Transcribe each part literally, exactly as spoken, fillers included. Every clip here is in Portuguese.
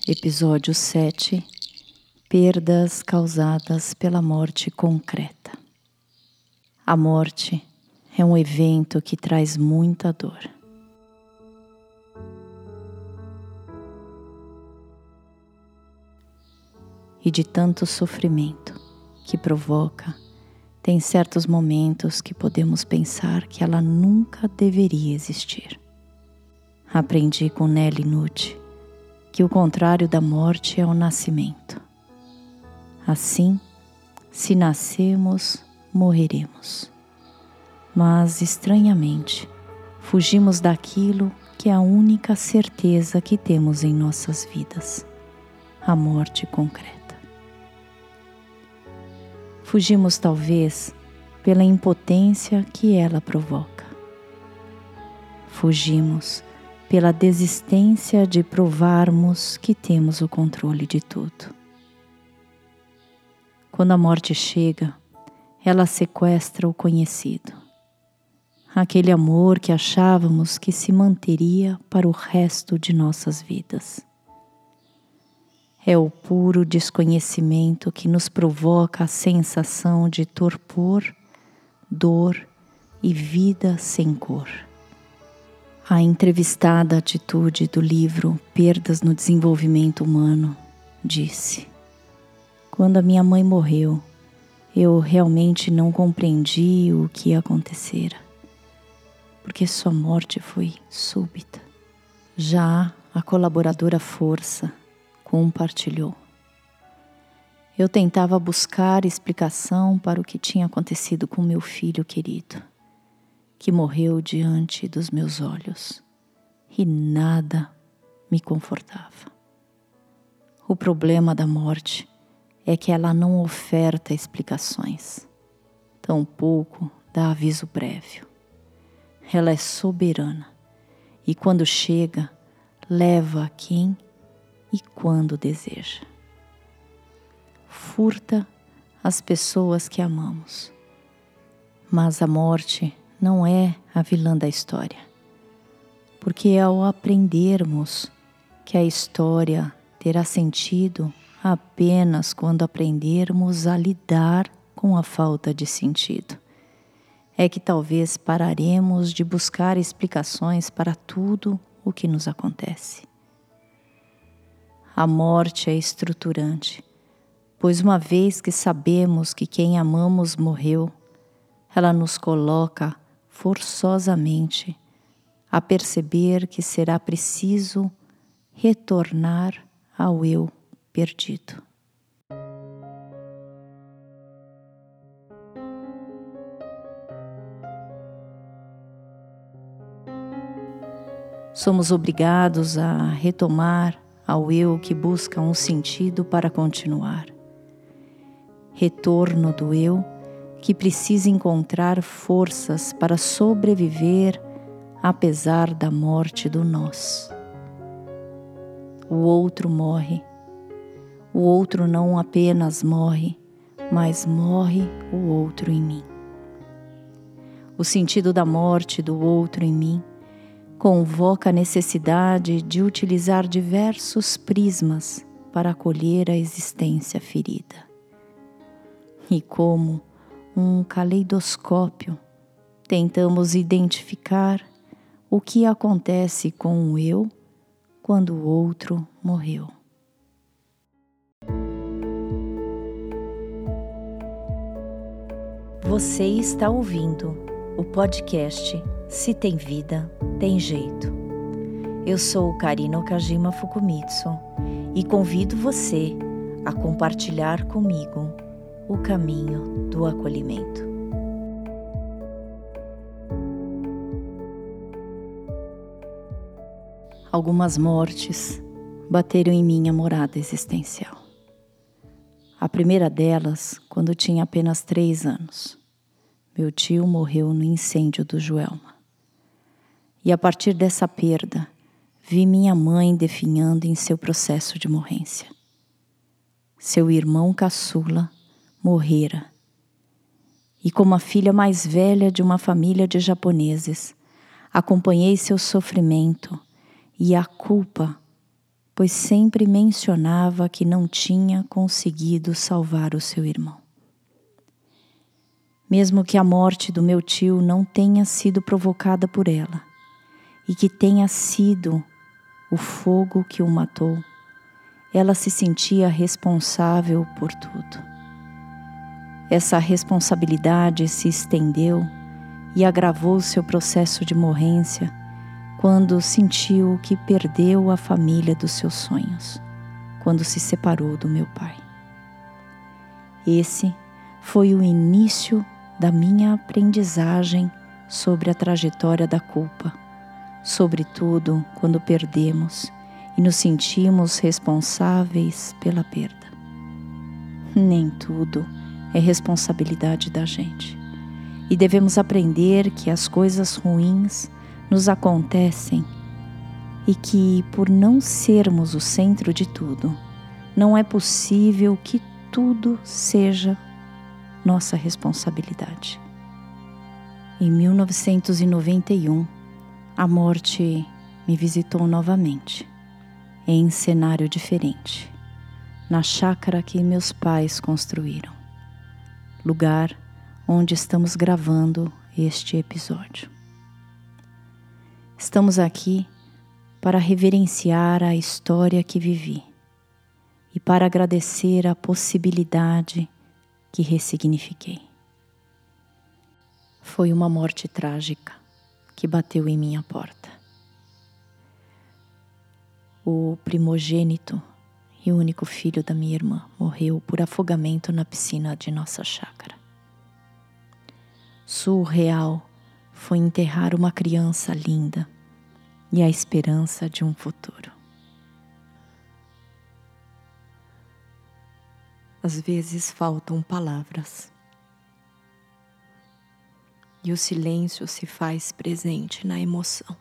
Episódio sete. Perdas causadas pela morte concreta. A morte é um evento que traz muita dor. E de tanto sofrimento que provoca, tem certos momentos que podemos pensar que ela nunca deveria existir. Aprendi com Nelly Nutt que o contrário da morte é o nascimento. Assim, se nascemos, morreremos. Mas, estranhamente, fugimos daquilo que é a única certeza que temos em nossas vidas, a morte concreta. Fugimos, talvez, pela impotência que ela provoca. Fugimos pela desistência de provarmos que temos o controle de tudo. Quando a morte chega, ela sequestra o conhecido. Aquele amor que achávamos que se manteria para o resto de nossas vidas. É o puro desconhecimento que nos provoca a sensação de torpor, dor e vida sem cor. A entrevistada atitude do livro Perdas no Desenvolvimento Humano disse: quando a minha mãe morreu, eu realmente não compreendi o que acontecera, porque sua morte foi súbita. Já a colaboradora Força compartilhou: eu tentava buscar explicação para o que tinha acontecido com meu filho querido, que morreu diante dos meus olhos, e nada me confortava. O problema da morte é que ela não oferta explicações, tampouco dá aviso prévio. Ela é soberana e, quando chega, leva a quem e quando deseja. Furta as pessoas que amamos, mas a morte não é a vilã da história, porque ao aprendermos que a história terá sentido apenas quando aprendermos a lidar com a falta de sentido, é que talvez pararemos de buscar explicações para tudo o que nos acontece. A morte é estruturante, pois uma vez que sabemos que quem amamos morreu, ela nos coloca forçosamente a perceber que será preciso retornar ao eu perdido. Somos obrigados a retomar ao eu que busca um sentido para continuar. Retorno do eu que precisa encontrar forças para sobreviver apesar da morte do nós. O outro morre. O outro não apenas morre, mas morre o outro em mim. O sentido da morte do outro em mim convoca a necessidade de utilizar diversos prismas para acolher a existência ferida. E como um caleidoscópio, tentamos identificar o que acontece com o eu quando o outro morreu. Você está ouvindo o podcast Se Tem Vida, Tem Jeito. Eu sou Karina Okajima Fukumitsu e convido você a compartilhar comigo o caminho do acolhimento. Algumas mortes bateram em minha morada existencial. A primeira delas, quando tinha apenas três anos. Meu tio morreu no incêndio do Joelma. E a partir dessa perda, vi minha mãe definhando em seu processo de morrência. Seu irmão caçula morrera. E como a filha mais velha de uma família de japoneses, acompanhei seu sofrimento e a culpa pois sempre mencionava que não tinha conseguido salvar o seu irmão. Mesmo que a morte do meu tio não tenha sido provocada por ela, e que tenha sido o fogo que o matou, ela se sentia responsável por tudo. Essa responsabilidade se estendeu e agravou seu processo de morrência quando sentiu que perdeu a família dos seus sonhos, quando se separou do meu pai. Esse foi o início da minha aprendizagem sobre a trajetória da culpa, sobretudo quando perdemos e nos sentimos responsáveis pela perda. Nem tudo é responsabilidade da gente. E devemos aprender que as coisas ruins nos acontecem e que, por não sermos o centro de tudo, não é possível que tudo seja nossa responsabilidade. Em mil novecentos e noventa e um, a morte me visitou novamente, em cenário diferente, na chácara que meus pais construíram, lugar onde estamos gravando este episódio. Estamos aqui para reverenciar a história que vivi e para agradecer a possibilidade que ressignifiquei. Foi uma morte trágica que bateu em minha porta. O primogênito e único filho da minha irmã morreu por afogamento na piscina de nossa chácara. Surreal foi enterrar uma criança linda e a esperança de um futuro. Às vezes faltam palavras e o silêncio se faz presente na emoção.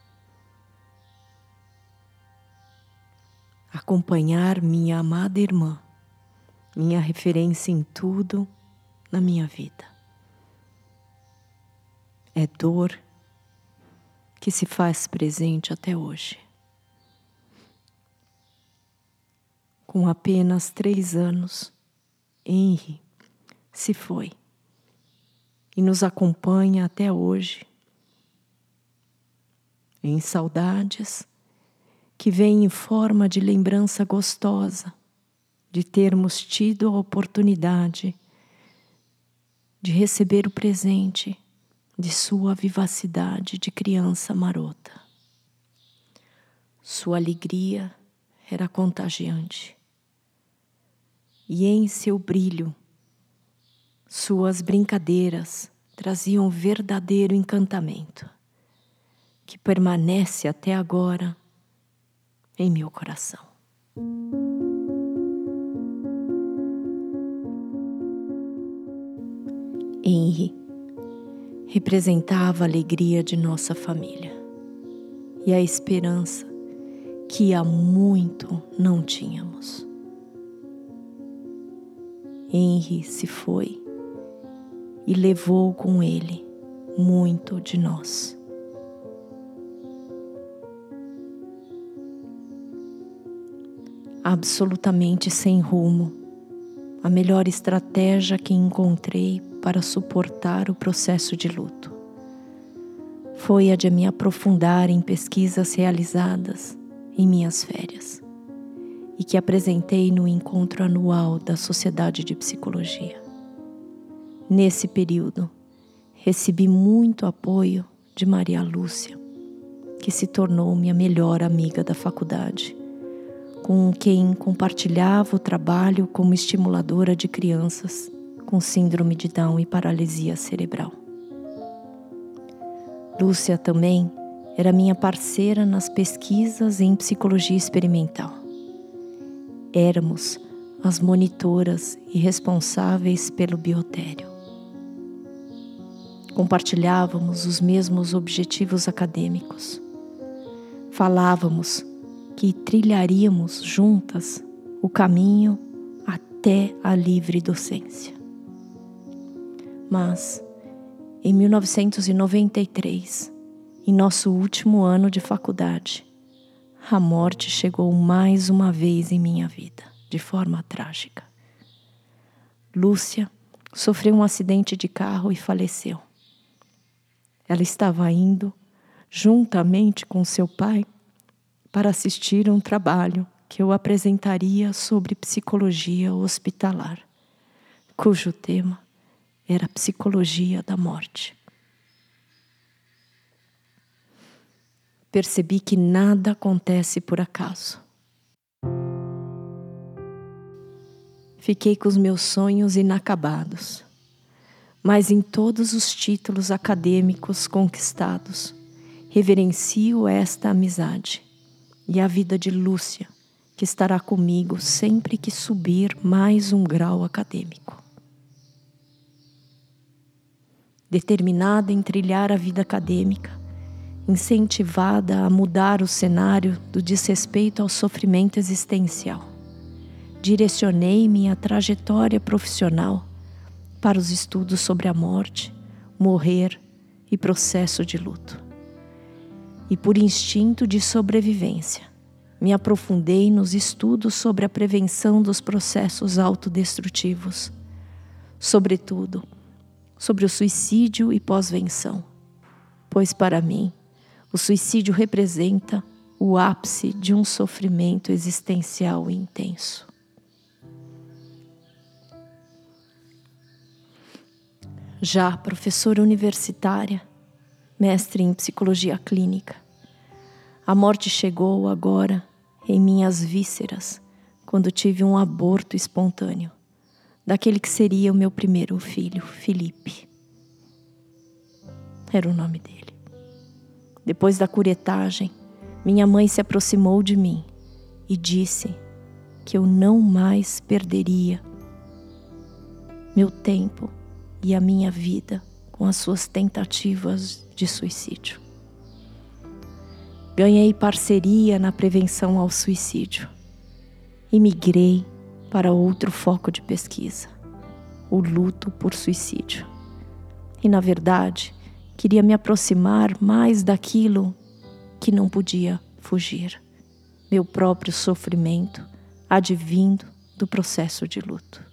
Acompanhar minha amada irmã, minha referência em tudo na minha vida. É dor que se faz presente até hoje. Com apenas três anos, Henry se foi e nos acompanha até hoje, em saudades que vêm em forma de lembrança gostosa de termos tido a oportunidade de receber o presente de sua vivacidade de criança marota. Sua alegria era contagiante e em seu brilho, suas brincadeiras traziam verdadeiro encantamento que permanece até agora em meu coração. Henry representava a alegria de nossa família e a esperança que há muito não tínhamos. Henry se foi e levou com ele muito de nós. Absolutamente sem rumo, a melhor estratégia que encontrei para suportar o processo de luto foi a de me aprofundar em pesquisas realizadas em minhas férias e que apresentei no encontro anual da Sociedade de Psicologia. Nesse período, recebi muito apoio de Maria Lúcia, que se tornou minha melhor amiga da faculdade, com quem compartilhava o trabalho como estimuladora de crianças com síndrome de Down e paralisia cerebral. Lúcia também era minha parceira nas pesquisas em psicologia experimental. Éramos as monitoras e responsáveis pelo biotério. Compartilhávamos os mesmos objetivos acadêmicos. Falávamos que trilharíamos juntas o caminho até a livre docência. Mas, em mil novecentos e noventa e três, em nosso último ano de faculdade, a morte chegou mais uma vez em minha vida, de forma trágica. Lúcia sofreu um acidente de carro e faleceu. Ela estava indo, juntamente com seu pai, para assistir a um trabalho que eu apresentaria sobre psicologia hospitalar, cujo tema era psicologia da morte. Percebi que nada acontece por acaso. Fiquei com os meus sonhos inacabados, mas em todos os títulos acadêmicos conquistados, reverencio esta amizade e a vida de Lúcia, que estará comigo sempre que subir mais um grau acadêmico. Determinada em trilhar a vida acadêmica, incentivada a mudar o cenário do desrespeito ao sofrimento existencial, direcionei minha trajetória profissional para os estudos sobre a morte, morrer e processo de luto. E por instinto de sobrevivência, me aprofundei nos estudos sobre a prevenção dos processos autodestrutivos, sobretudo sobre o suicídio e pós-venção, pois para mim, o suicídio representa o ápice de um sofrimento existencial intenso. Já professora universitária, mestre em psicologia clínica, a morte chegou agora em minhas vísceras quando tive um aborto espontâneo, daquele que seria o meu primeiro filho, Felipe. Era o nome dele. Depois da curetagem, minha mãe se aproximou de mim e disse que eu não mais perderia meu tempo e a minha vida com as suas tentativas de suicídio. Ganhei parceria na prevenção ao suicídio e migrei para outro foco de pesquisa, o luto por suicídio. E, na verdade, queria me aproximar mais daquilo que não podia fugir, meu próprio sofrimento advindo do processo de luto.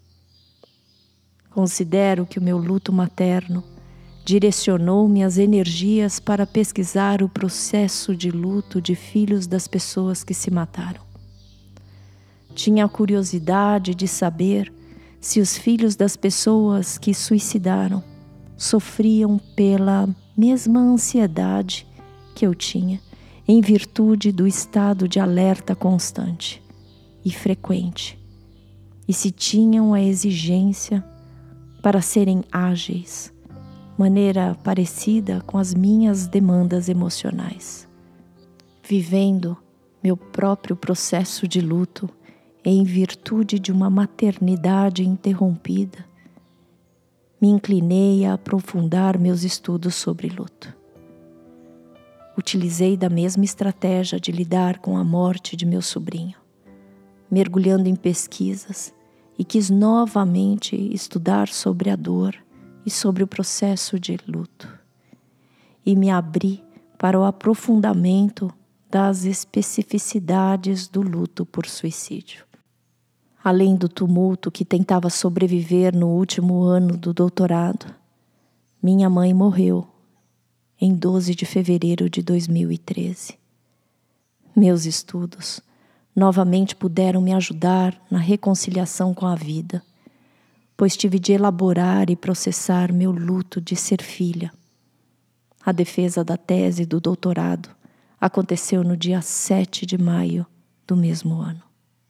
Considero que o meu luto materno direcionou minhas energias para pesquisar o processo de luto de filhos das pessoas que se mataram. Tinha a curiosidade de saber se os filhos das pessoas que suicidaram sofriam pela mesma ansiedade que eu tinha, em virtude do estado de alerta constante e frequente, e se tinham a exigência para serem ágeis, maneira parecida com as minhas demandas emocionais. Vivendo meu próprio processo de luto em virtude de uma maternidade interrompida, me inclinei a aprofundar meus estudos sobre luto. Utilizei da mesma estratégia de lidar com a morte de meu sobrinho, mergulhando em pesquisas, e quis novamente estudar sobre a dor e sobre o processo de luto. E me abri para o aprofundamento das especificidades do luto por suicídio. Além do tumulto que tentava sobreviver no último ano do doutorado, minha mãe morreu em doze de fevereiro de dois mil e treze. Meus estudos novamente puderam me ajudar na reconciliação com a vida, pois tive de elaborar e processar meu luto de ser filha. A defesa da tese do doutorado aconteceu no dia sete de maio do mesmo ano.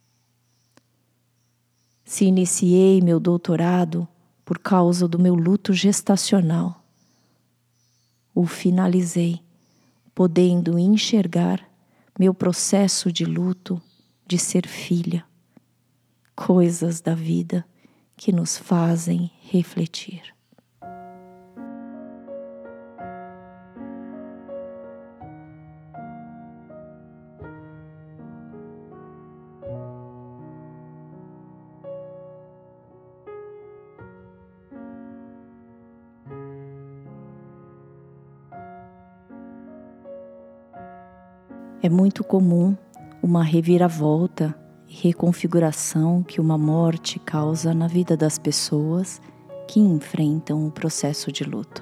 Se iniciei meu doutorado por causa do meu luto gestacional, o finalizei, podendo enxergar meu processo de luto de ser filha, coisas da vida que nos fazem refletir. É muito comum uma reviravolta e reconfiguração que uma morte causa na vida das pessoas que enfrentam o processo de luto.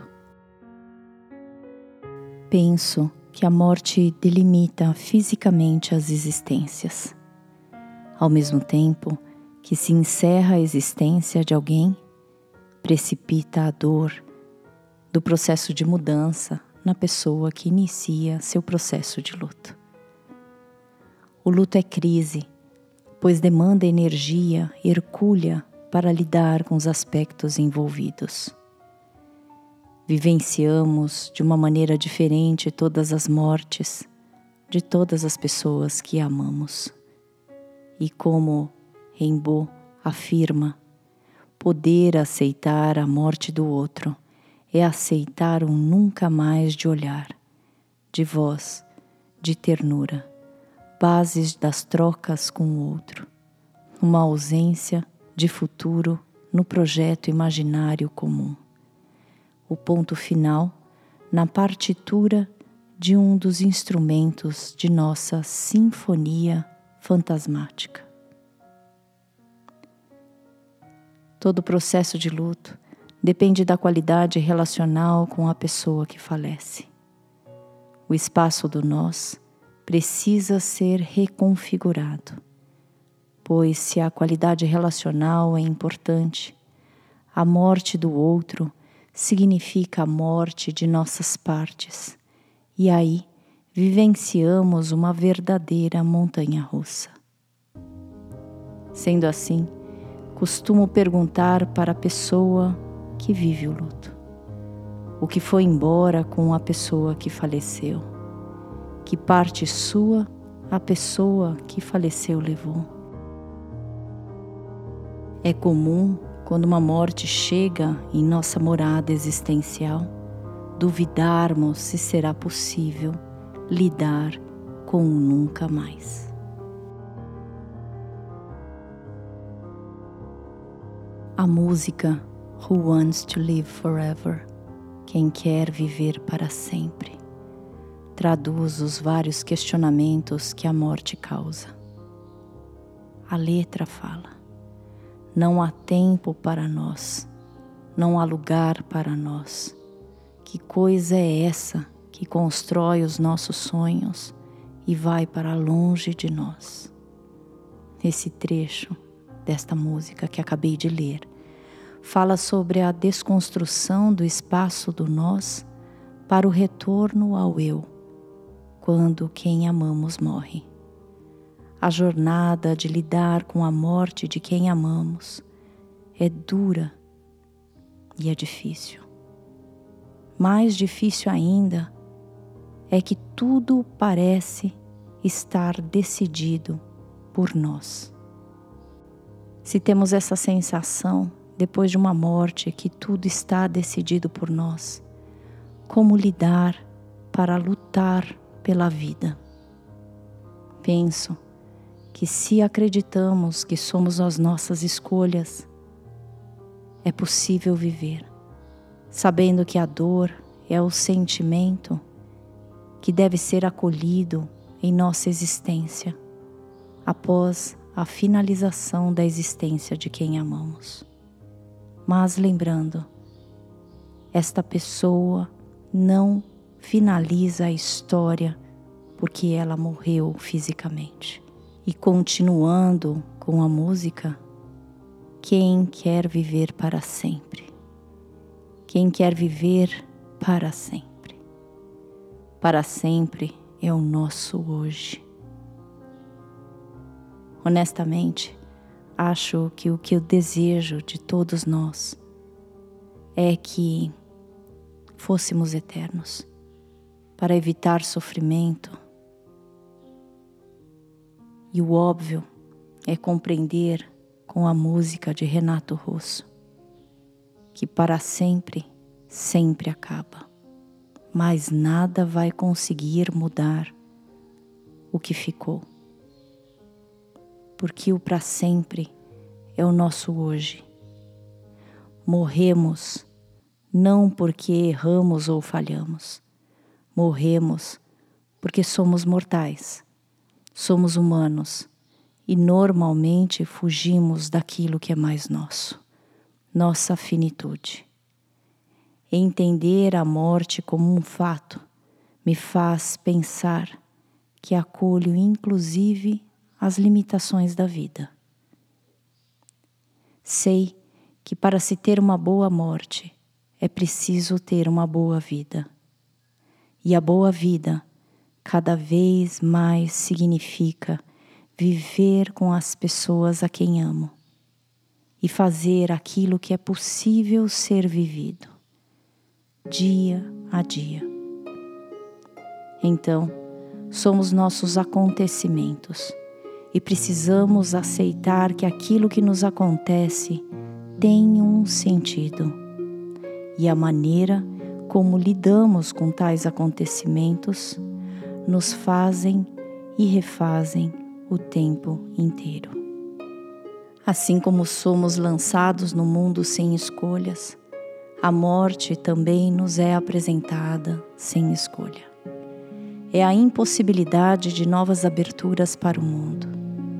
Penso que a morte delimita fisicamente as existências. Ao mesmo tempo que se encerra a existência de alguém, precipita a dor do processo de mudança na pessoa que inicia seu processo de luto. O luto é crise, pois demanda energia hercúlea para lidar com os aspectos envolvidos. Vivenciamos de uma maneira diferente todas as mortes de todas as pessoas que amamos. E como Rimbaud afirma, poder aceitar a morte do outro é aceitar um nunca mais de olhar, de voz, de ternura, bases das trocas com o outro, uma ausência de futuro no projeto imaginário comum. O ponto final na partitura de um dos instrumentos de nossa sinfonia fantasmática. Todo processo de luto depende da qualidade relacional com a pessoa que falece. O espaço do nós precisa ser reconfigurado, pois se a qualidade relacional é importante, a morte do outro significa a morte de nossas partes, e aí vivenciamos uma verdadeira montanha-russa. Sendo assim, costumo perguntar para a pessoa que vive o luto: o que foi embora com a pessoa que faleceu? Que parte sua a pessoa que faleceu levou? É comum, quando uma morte chega em nossa morada existencial, duvidarmos se será possível lidar com o nunca mais. A música Who Wants to Live Forever? Quem quer viver para sempre? Traduz os vários questionamentos que a morte causa. A letra fala: não há tempo para nós, não há lugar para nós. Que coisa é essa que constrói os nossos sonhos e vai para longe de nós? Esse trecho desta música que acabei de ler fala sobre a desconstrução do espaço do nós para o retorno ao eu, quando quem amamos morre. A jornada de lidar com a morte de quem amamos é dura e é difícil. Mais difícil ainda é que tudo parece estar decidido por nós. Se temos essa sensação depois de uma morte que tudo está decidido por nós, como lidar para lutar pela vida? Penso que se acreditamos que somos as nossas escolhas, é possível viver, sabendo que a dor é o sentimento que deve ser acolhido em nossa existência, após a finalização da existência de quem amamos. Mas lembrando, esta pessoa não finaliza a história porque ela morreu fisicamente. E continuando com a música, quem quer viver para sempre? Quem quer viver para sempre? Para sempre é o nosso hoje. Honestamente, acho que o que eu desejo de todos nós é que fôssemos eternos, para evitar sofrimento. E o óbvio é compreender com a música de Renato Russo que para sempre, sempre acaba, mas nada vai conseguir mudar o que ficou, porque o para sempre é o nosso hoje. Morremos não porque erramos ou falhamos, morremos porque somos mortais, somos humanos e normalmente fugimos daquilo que é mais nosso, nossa finitude. Entender a morte como um fato me faz pensar que acolho inclusive as limitações da vida. Sei que para se ter uma boa morte é preciso ter uma boa vida. E a boa vida cada vez mais significa viver com as pessoas a quem amo e fazer aquilo que é possível ser vivido, dia a dia. Então, somos nossos acontecimentos e precisamos aceitar que aquilo que nos acontece tem um sentido. E a maneira como lidamos com tais acontecimentos nos fazem e refazem o tempo inteiro. Assim como somos lançados no mundo sem escolhas, a morte também nos é apresentada sem escolha. É a impossibilidade de novas aberturas para o mundo.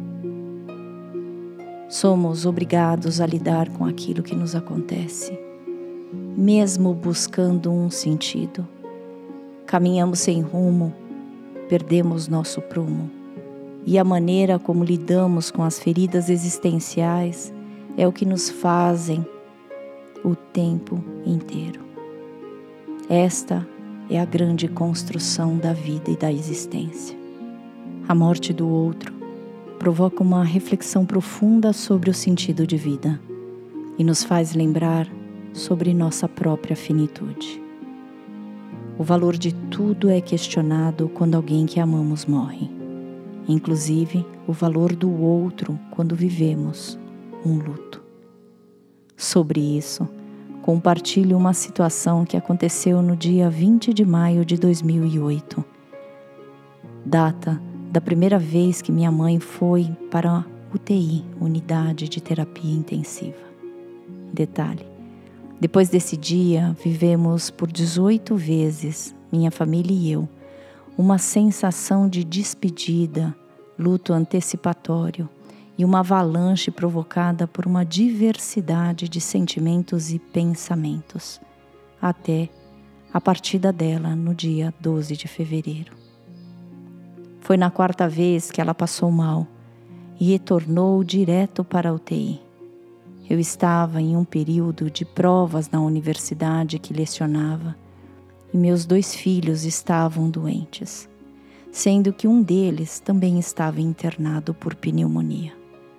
Somos obrigados a lidar com aquilo que nos acontece, mesmo buscando um sentido. Caminhamos sem rumo, perdemos nosso prumo. E a maneira como lidamos com as feridas existenciais é o que nos fazem o tempo inteiro. Esta é a grande construção da vida e da existência. A morte do outro provoca uma reflexão profunda sobre o sentido de vida e nos faz lembrar sobre nossa própria finitude. O valor de tudo é questionado quando alguém que amamos morre, inclusive o valor do outro quando vivemos um luto. Sobre isso, compartilho uma situação que aconteceu no dia vinte de maio de dois mil e oito, data da primeira vez que minha mãe foi para a U T I, Unidade de Terapia Intensiva. Detalhe, depois desse dia, vivemos por dezoito vezes, minha família e eu, uma sensação de despedida, luto antecipatório e uma avalanche provocada por uma diversidade de sentimentos e pensamentos, até a partida dela no dia doze de fevereiro. Foi na quarta vez que ela passou mal e retornou direto para a U T I. Eu estava em um período de provas na universidade que lecionava e meus dois filhos estavam doentes, sendo que um deles também estava internado por pneumonia.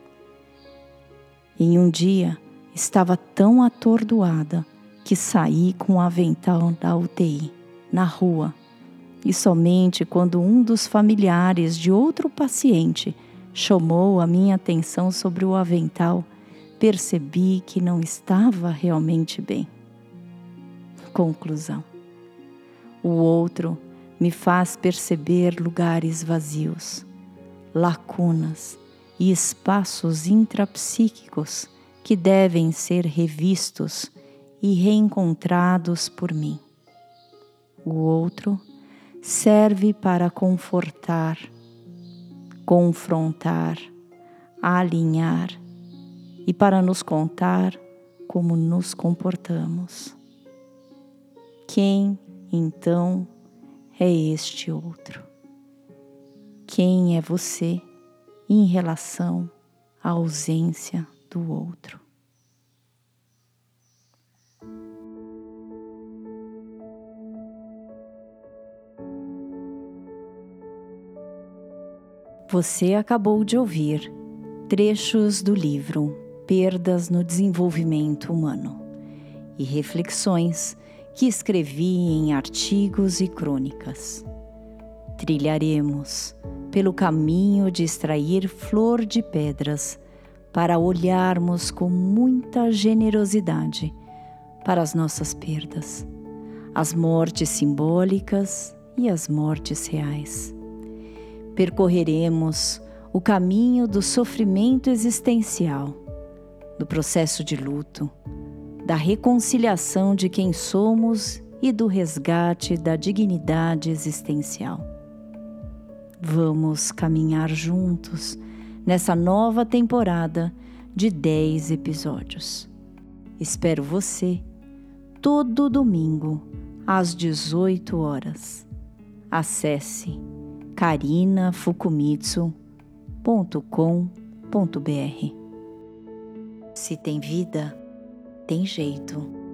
Em um dia, estava tão atordoada que saí com o avental da U T I, na rua, e somente quando um dos familiares de outro paciente chamou a minha atenção sobre o avental, percebi que não estava realmente bem. Conclusão. O outro me faz perceber lugares vazios, lacunas e espaços intrapsíquicos que devem ser revistos e reencontrados por mim. O outro serve para confortar, confrontar, alinhar e para nos contar como nos comportamos. Quem, então, é este outro? Quem é você em relação à ausência do outro? Você acabou de ouvir trechos do livro Perdas no Desenvolvimento Humano e reflexões que escrevi em artigos e crônicas. Trilharemos pelo caminho de extrair flor de pedras para olharmos com muita generosidade para as nossas perdas, as mortes simbólicas e as mortes reais. Percorreremos o caminho do sofrimento existencial, do processo de luto, da reconciliação de quem somos e do resgate da dignidade existencial. Vamos caminhar juntos nessa nova temporada de dez episódios. Espero você todo domingo às dezoito horas. Acesse karina fukumitsu ponto com ponto br. Se tem vida, tem jeito.